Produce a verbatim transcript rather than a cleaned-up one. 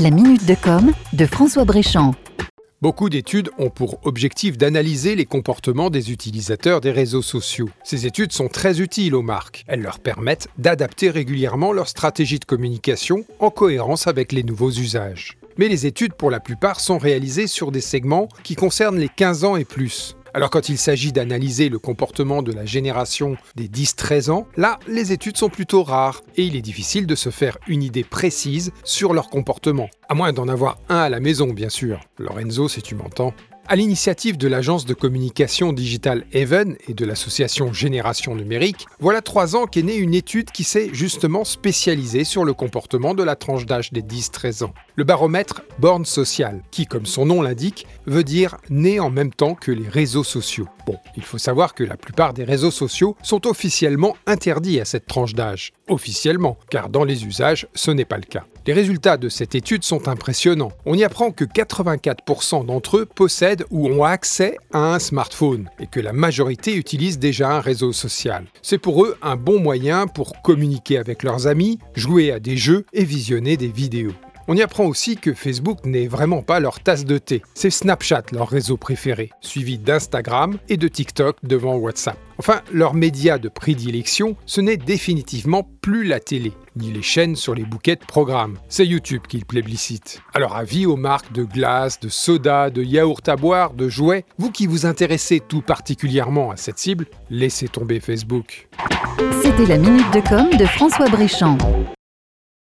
La minute de com de François Bréchamp. Beaucoup d'études ont pour objectif d'analyser les comportements des utilisateurs des réseaux sociaux. Ces études sont très utiles aux marques. Elles leur permettent d'adapter régulièrement leur stratégie de communication en cohérence avec les nouveaux usages. Mais les études, pour la plupart, sont réalisées sur des segments qui concernent les quinze ans et plus. Alors quand il s'agit d'analyser le comportement de la génération des dix treize ans, là, les études sont plutôt rares et il est difficile de se faire une idée précise sur leur comportement. À moins d'en avoir un à la maison, bien sûr. Lorenzo, si tu m'entends. À l'initiative de l'agence de communication digitale Even et de l'association Génération Numérique, voilà trois ans qu'est née une étude qui s'est justement spécialisée sur le comportement de la tranche d'âge des dix treize ans. Le baromètre Borne Sociale, qui, comme son nom l'indique, veut dire né en même temps que les réseaux sociaux. Bon, il faut savoir que la plupart des réseaux sociaux sont officiellement interdits à cette tranche d'âge. Officiellement, car dans les usages, ce n'est pas le cas. Les résultats de cette étude sont impressionnants. On y apprend que quatre-vingt-quatre pour cent d'entre eux possèdent ou ont accès à un smartphone et que la majorité utilise déjà un réseau social. C'est pour eux un bon moyen pour communiquer avec leurs amis, jouer à des jeux et visionner des vidéos. On y apprend aussi que Facebook n'est vraiment pas leur tasse de thé. C'est Snapchat leur réseau préféré, suivi d'Instagram et de TikTok devant WhatsApp. Enfin, leur média de prédilection, ce n'est définitivement plus la télé, ni les chaînes sur les bouquets de programmes. C'est YouTube qu'ils plébiscitent. Alors avis aux marques de glace, de soda, de yaourt à boire, de jouets, vous qui vous intéressez tout particulièrement à cette cible, laissez tomber Facebook. C'était la minute de com de François Bréchamp.